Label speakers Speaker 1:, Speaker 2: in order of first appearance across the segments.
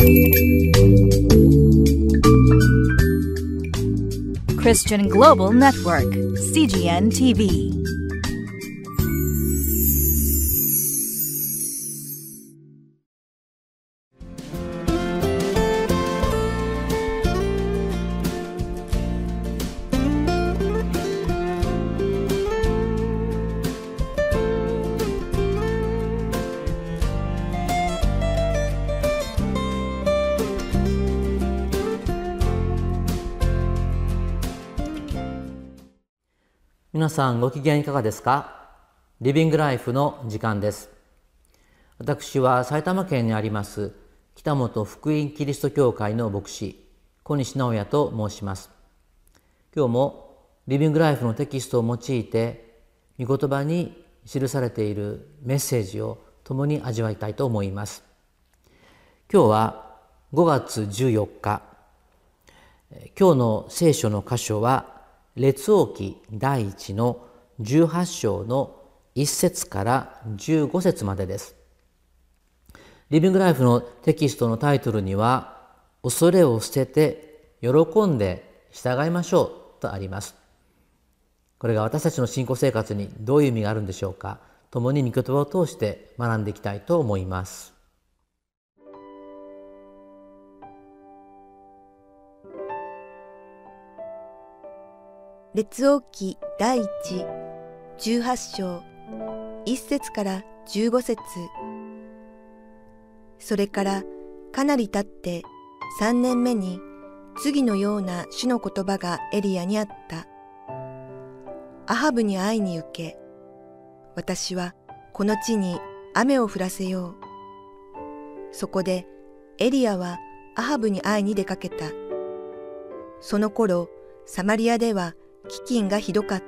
Speaker 1: Christian Global Network, CGN TV.
Speaker 2: 皆さんご機嫌いかがですか？リビングライフの時間です。私は埼玉県にあります北本福音キリスト教会の牧師小西直也と申します。今日もリビングライフのテキストを用いて御言葉に記されているメッセージを共に味わいたいと思います。今日は5月14日、今日の聖書の箇所は列王記第1の18章の1節から15節までです。リビングライフのテキストのタイトルには、恐れを捨てて喜んで従いましょうとあります。これが私たちの信仰生活にどういう意味があるんでしょうか。共に御言葉を通して学んでいきたいと思います。
Speaker 3: 列王記第18章1節から15節。それからかなり経って3年目に次のような主の言葉がエリヤにあった。アハブに会いに行け。私はこの地に雨を降らせよう。そこでエリヤはアハブに会いに出かけた。その頃サマリアでは飢饉がひどかった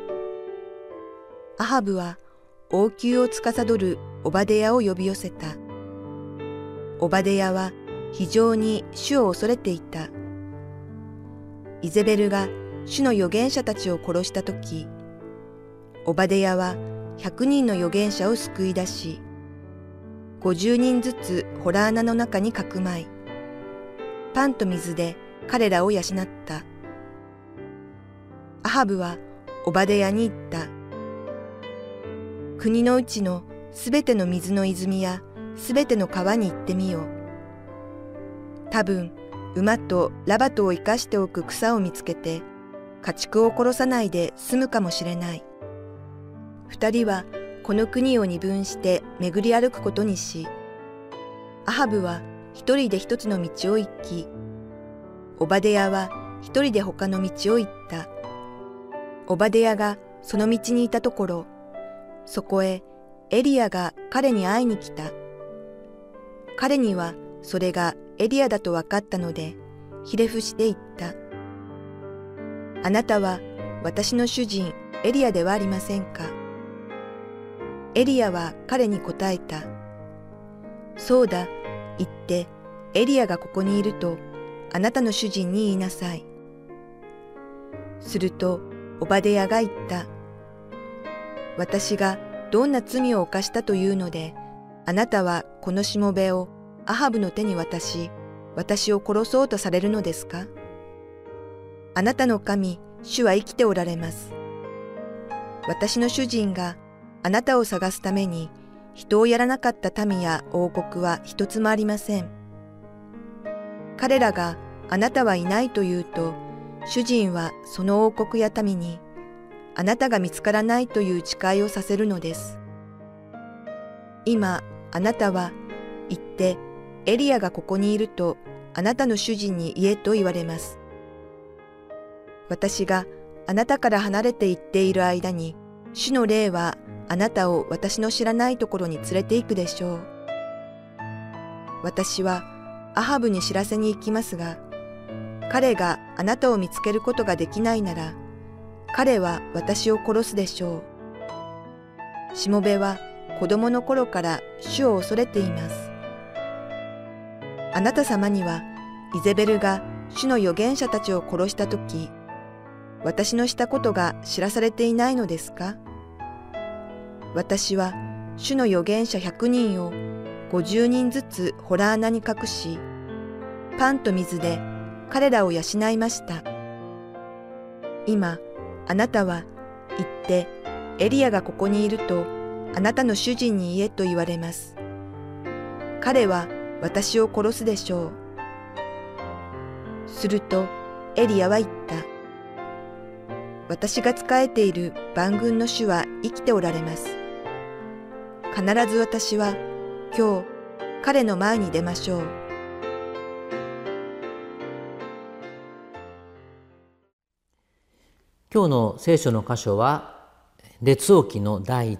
Speaker 3: 。アハブは王宮を司るオバデヤを呼び寄せた。オバデヤは非常に主を恐れていた。イゼベルが主の預言者たちを殺したとき、オバデヤは100人の預言者を救い出し、50人ずつ洞穴の中にかくまい、パンと水で彼らを養った。アハブはオバデヤに言った。国のうちのすべての水の泉やすべての川に行ってみよう。多分馬とラバトを生かしておく草を見つけて家畜を殺さないで済むかもしれない。二人はこの国を二分して巡り歩くことにし、アハブは一人で一つの道を行き、オバデヤは一人で他の道を行った。オバデヤがその道にいたところ、そこへエリヤが彼に会いに来た。彼にはそれがエリヤだと分かったので、ひれ伏して言った。あなたは私の主人エリヤではありませんか。エリヤは彼に答えた。そうだ、言ってエリヤがここにいるとあなたの主人に言いなさい。するとオバデヤが言った。私がどんな罪を犯したというので、あなたはこのしもべをアハブの手に渡し、私を殺そうとされるのですか。あなたの神、主は生きておられます。私の主人があなたを探すために人をやらなかった民や王国は一つもありません。彼らがあなたはいないと言うと、主人はその王国や民にあなたが見つからないという誓いをさせるのです。今あなたは行ってエリヤがここにいるとあなたの主人に言えと言われます。私があなたから離れて行っている間に、主の霊はあなたを私の知らないところに連れて行くでしょう。私はアハブに知らせに行きますが、彼があなたを見つけることができないなら、彼は私を殺すでしょう。しもべは子供の頃から主を恐れています。あなた様にはイゼベルが主の預言者たちを殺したとき、私のしたことが知らされていないのですか。私は主の預言者100人を50人ずつ洞穴に隠し、 パンと水で彼らを養いました。今、あなたは行って、エリアがここにいるとあなたの主人に言えと言われます。彼は私を殺すでしょう。するとエリアは言った。私が仕えている万軍の主は生きておられます。必ず私は今日彼の前に出ましょう。
Speaker 2: 今日の聖書の箇所は列王記の第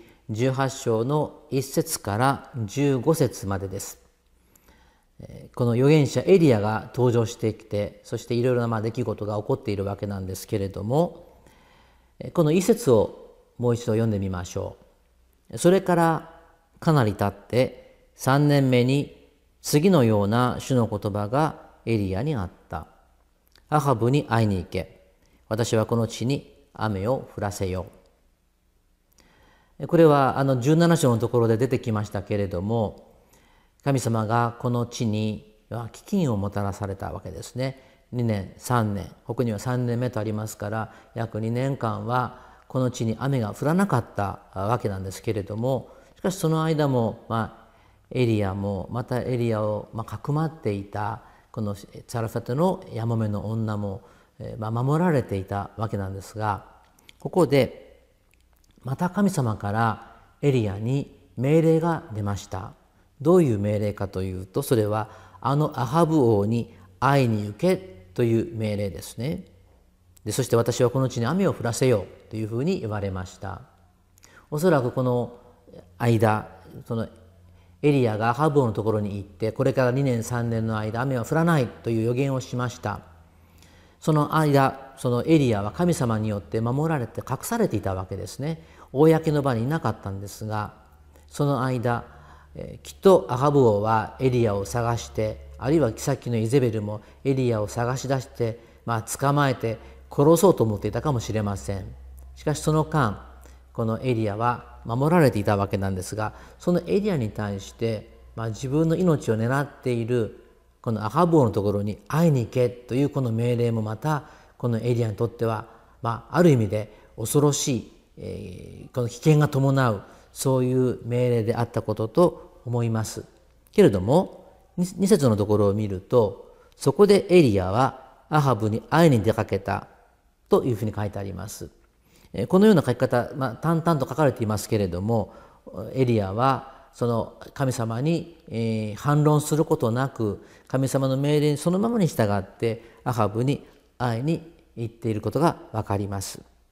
Speaker 2: 18章の1節から15節までです。この預言者エリアが登場してきて、そしていろいろな出来事が起こっているわけなんですけれども、この1節をもう一度読んでみましょう。それからかなり経って3年目に次のような主の言葉がエリアにあった。アハブに会いに行け。私はこの地に雨を降らせよう。これは17章のところで出てきましたけれども、神様がこの地に飢饉をもたらされたわけですね。2年3年、他には3年目とありますから、約2年間はこの地に雨が降らなかったわけなんですけれども、しかしその間も、エリアもまたエリアをかくまっていたこのサラファテのやもめの女も守られていたわけなんですが、ここでまた神様からエリアに命令が出ました。どういう命令かというと、それはアハブ王に会いに行けという命令ですね。でそして私はこの地に雨を降らせようというふうに言われました。おそらくこの間、そのエリアがアハブ王のところに行って、これから2年3年の間雨は降らないという予言をしました。その間、そのエリアは神様によって守られて隠されていたわけですね。公の場にいなかったんですが、その間きっとアハブ王はエリアを探して、あるいは妃のイゼベルもエリアを探し出して、捕まえて殺そうと思っていたかもしれません。しかしその間、このエリアは守られていたわけなんですが、そのエリアに対して、自分の命を狙っているこのアハブ王のところに会いに行けというこの命令もまたこのエリアにとっては、ある意味で恐ろしい、この危険が伴うそういう命令であったことと思いますけれども、2節のところを見ると、そこでエリアはアハブに会いに出かけたというふうに書いてあります。このような書き方、淡々と書かれていますけれども、エリアはその神様に反論することなく、神様の命令にそのままに従ってアハブに会いに行っていることがわかります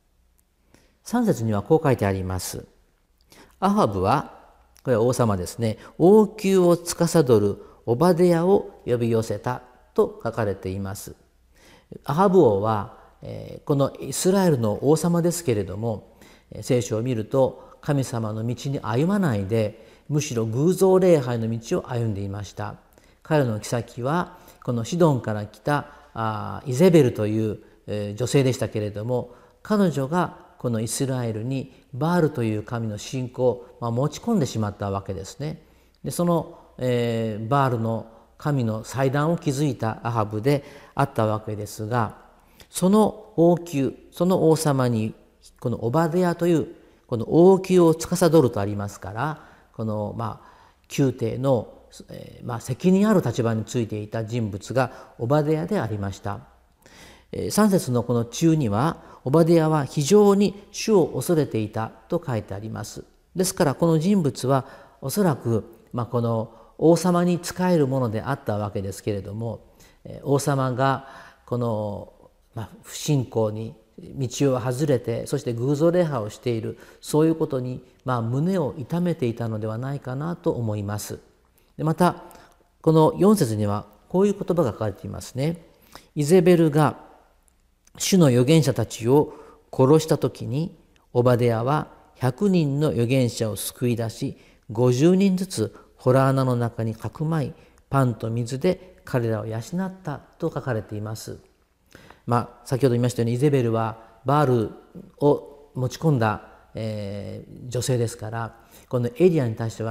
Speaker 2: 。3節にはこう書いてあります。アハブは、これは王様ですね、王宮を司るオバデヤを呼び寄せたと書かれています。アハブ王はこのイスラエルの王様ですけれども、聖書を見ると神様の道に歩まないで、むしろ偶像礼拝の道を歩んでいました。彼の妃はこのシドンから来たイゼベルという女性でしたけれども、彼女がこのイスラエルにバールという神の信仰を持ち込んでしまったわけですね。でその、バールの神の祭壇を築いたアハブであったわけですが、その王宮、その王様にこのオバデヤというこの王宮を司るとありますから、この宮廷の責任ある立場についていた人物がオバデヤでありました。3節のこの中には、オバデヤは非常に主を恐れていたと書いてあります。ですからこの人物はおそらくこの王様に仕えるものであったわけですけれども、王様がこの不信仰に道を外れて、そして偶像礼拝をしている、そういうことに胸を痛めていたのではないかなと思います。でまたこの4節にはこういう言葉が書かれていますね。イゼベルが主の預言者たちを殺したときに、オバデヤは100人の預言者を救い出し、50人ずつ洞穴の中にかくまい、パンと水で彼らを養ったと書かれています。先ほど言いましたように、イゼベルはバールを持ち込んだ、女性ですから、このエリアに対しては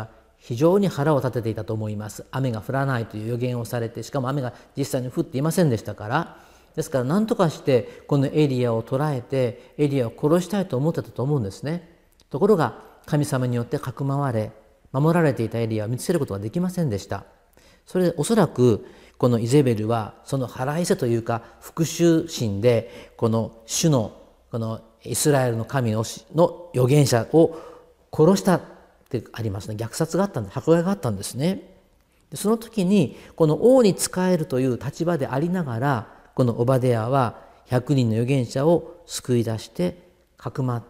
Speaker 2: 非常に腹を立てていたと思います。雨が降らないという予言をされて、しかも雨が実際に降っていませんでしたから、ですから何とかしてこのエリアを捕らえてエリアを殺したいと思ってたと思うんですね。ところが神様によってかくまわれ守られていたエリアを見つけることができませんでした。それでおそらくこのイゼベルはその腹いせというか復讐心でこの主のこのイスラエルの神の預言者を殺したってありますね。虐殺があったんで、迫害があったんですね。でその時にこの王に仕えるという立場でありながら、このオバデヤは100人の預言者を救い出してかくまって、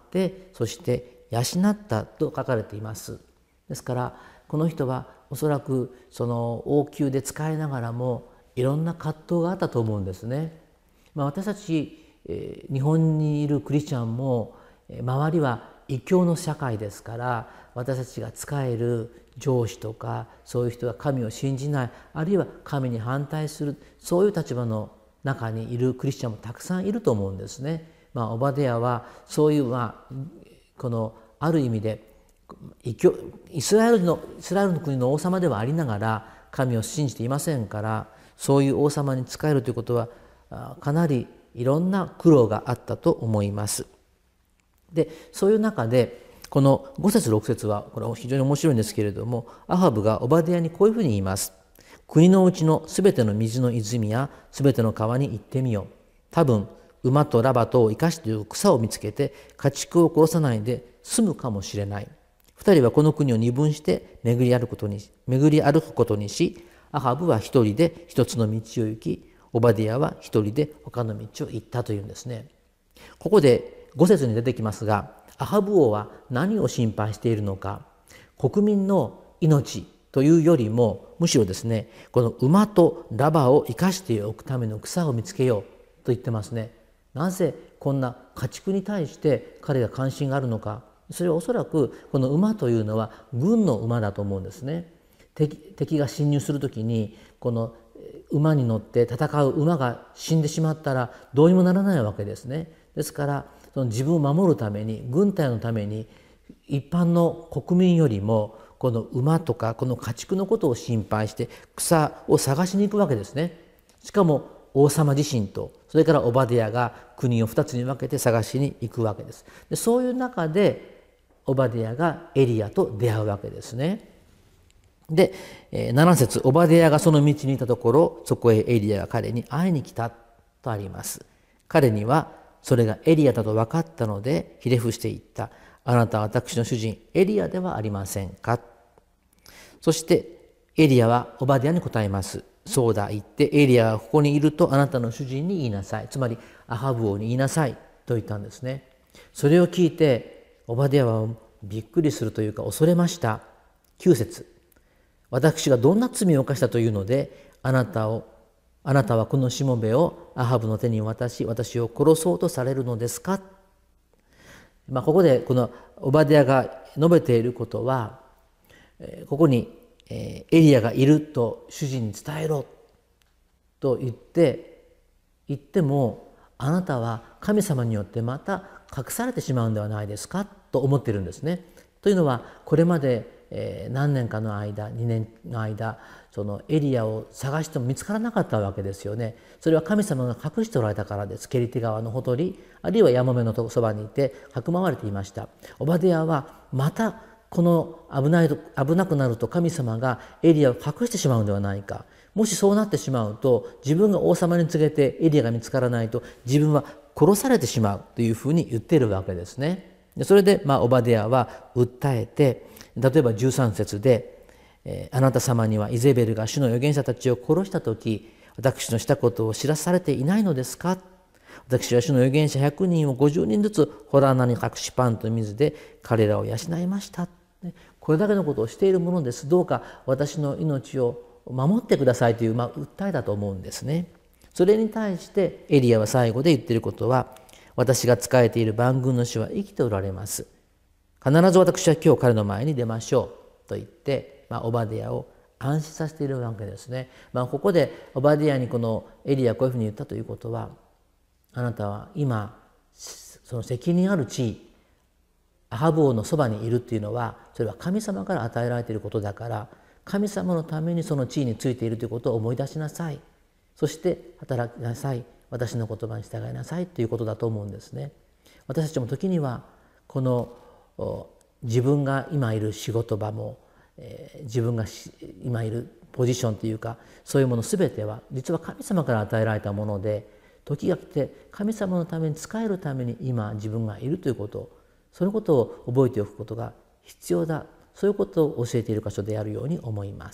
Speaker 2: そして養ったと書かれています。ですからこの人はおそらくその王宮で仕えながらもいろんな葛藤があったと思うんですね。私たち日本にいるクリスチャンも周りは異教の社会ですから、私たちが仕える上司とかそういう人が神を信じない、あるいは神に反対する、そういう立場の中にいるクリスチャンもたくさんいると思うんですね。オバデヤはそういうこのある意味でイスラエルの国の王様ではありながら神を信じていませんから、そういう王様に仕えるということはかなりいろんな苦労があったと思います。でそういう中でこの5節6節はこれは非常に面白いんですけれども、アハブがオバデヤにこういうふうに言います。国のうちのすべての水の泉やすべての川に行ってみよう。多分馬とラバトを生かしている草を見つけて家畜を殺さないで済むかもしれない。二人はこの国を二分して巡り歩くことにし、アハブは一人で一つの道を行き、オバデヤは一人で他の道を行ったというんですね。ここで5節に出てきますが、アハブ王は何を心配しているのか、国民の命というよりもむしろですね、この馬とラバを生かしておくための草を見つけようと言ってますね。なぜこんな家畜に対して彼が関心があるのか、それはおそらくこの馬というのは軍の馬だと思うんですね。敵が侵入するときにこの馬に乗って戦う馬が死んでしまったらどうにもならないわけですね。ですからその自分を守るために、軍隊のために一般の国民よりもこの馬とかこの家畜のことを心配して草を探しに行くわけですね。しかも王様自身とそれからオバデヤが国を2つに分けて探しに行くわけです。でそういう中でオバデヤがエリアと出会うわけですね。で7節、オバデヤがその道にいたところ、そこへエリアが彼に会いに来たとあります。彼にはそれがエリアだと分かったのでひれ伏して言った。あなたは私の主人エリアではありませんか。そしてエリアはオバデヤに答えます。そうだ、言ってエリアがここにいるとあなたの主人に言いなさい。つまりアハブ王に言いなさいと言ったんですね。それを聞いてオバデヤはびっくりするというか恐れました。9節、私がどんな罪を犯したというのであなたはこのしもべをアハブの手に渡し私を殺そうとされるのですか。ここでこのオバデヤが述べていることは、ここにエリアがいると主人に伝えろと言っても、あなたは神様によってまた隠されてしまうんではないですかと思っているんですね。というのはこれまで何年かの間、2年の間、そのエリアを探しても見つからなかったわけですよね。それは神様が隠しておられたからです。ケリテ川のほとり、あるいはヤモメのそばにいてかくまわれていました。オバデヤはまたこの危なくなると神様がエリアを隠してしまうのではないか。もしそうなってしまうと自分が王様に告げてエリアが見つからないと自分は殺されてしまうというふうに言っているわけですね。それでオバデヤは訴えて、例えば13節で、あなた様にはイゼベルが主の預言者たちを殺した時私のしたことを知らされていないのですか。私は主の預言者100人を50人ずつ洞穴に隠しパンと水で彼らを養いました。これだけのことをしているものです。どうか私の命を守ってくださいという訴えだと思うんですね。それに対してエリアは最後で言っていることは、私が仕えている万軍の主は生きておられます。必ず私は今日彼の前に出ましょうと言って、オバデヤを安心させているわけですね。ここでオバデヤにこのエリアがこういうふうに言ったということは、あなたは今その責任ある地位、 アハブ王のそばにいるっていうのは、それは神様から与えられていることだから、神様のためにその地位についているということを思い出しなさい。そして働きなさい。私の言葉に従いなさいということだと思うんですね。私たちも時にはこの自分が今いる仕事場も、自分が今いるポジションというか、そういうもの全ては実は神様から与えられたもので、時が来て神様のために仕えるために今自分がいるということ、そのことを覚えておくことが必要だ、そういうことを教えている箇所であるように思います。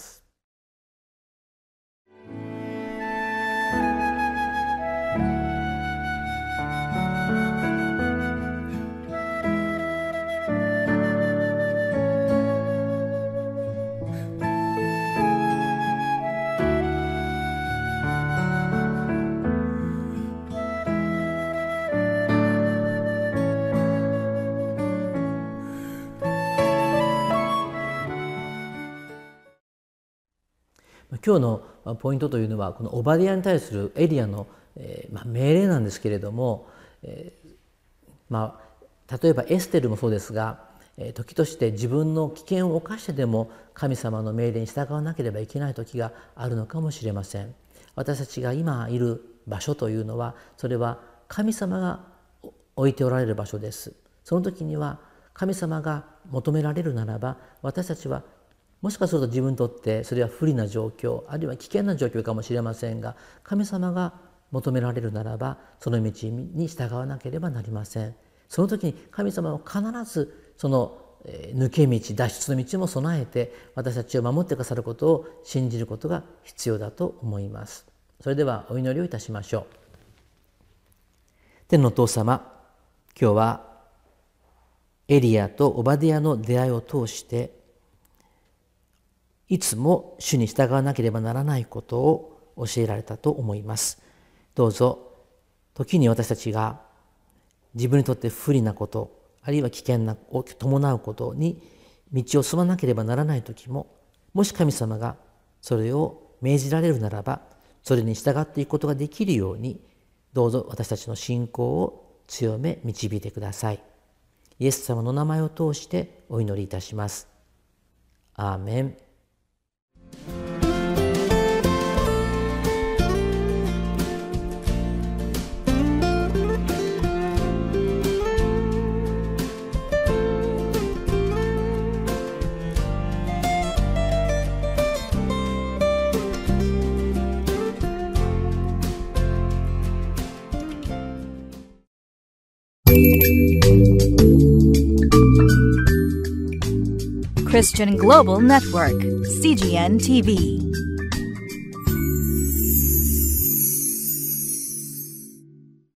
Speaker 2: 今日のポイントというのは、このオバディアに対するエリアの命令なんですけれども、例えばエステルもそうですが、時として自分の危険を冒してでも神様の命令に従わなければいけない時があるのかもしれません。私たちが今いる場所というのは、それは神様が置いておられる場所です。その時には神様が求められるならば、私たちはもしかすると自分にとってそれは不利な状況、あるいは危険な状況かもしれませんが、神様が求められるならばその道に従わなければなりません。その時に神様は必ずその抜け道、脱出の道も備えて私たちを守ってくださることを信じることが必要だと思います。それではお祈りをいたしましょう。天のお父様、今日はエリアとオバディアの出会いを通していつも主に従わなければならないことを教えられたと思います。どうぞ時に私たちが自分にとって不利なこと、あるいは危険を伴うことに道を進まなければならない時も、もし神様がそれを命じられるならばそれに従っていくことができるように、どうぞ私たちの信仰を強め導いてください。イエス様の名前を通してお祈りいたします。アーメン。
Speaker 1: Christian Global Network, CGN TV.